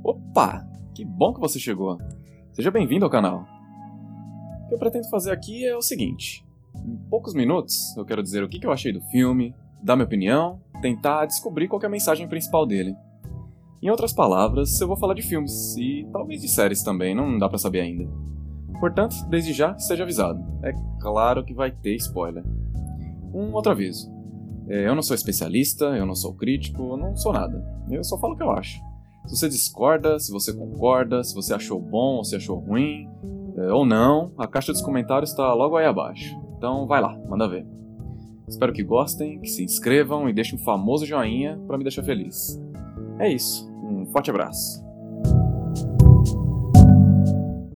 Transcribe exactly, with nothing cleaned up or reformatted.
Opa! Que bom que você chegou! Seja bem-vindo ao canal! O que eu pretendo fazer aqui é o seguinte: em poucos minutos eu quero dizer o que eu achei do filme, dar minha opinião, tentar descobrir qual é a mensagem principal dele. Em outras palavras, eu vou falar de filmes, e talvez de séries também, não dá pra saber ainda. Portanto, desde já, esteja avisado. É claro que vai ter spoiler. Um outro aviso. Eu não sou especialista, eu não sou crítico, eu não sou nada. Eu só falo o que eu acho. Se você discorda, se você concorda, se você achou bom ou se achou ruim, ou não, a caixa dos comentários está logo aí abaixo. Então vai lá, manda ver. Espero que gostem, que se inscrevam e deixem um famoso joinha para me deixar feliz. É isso, um forte abraço.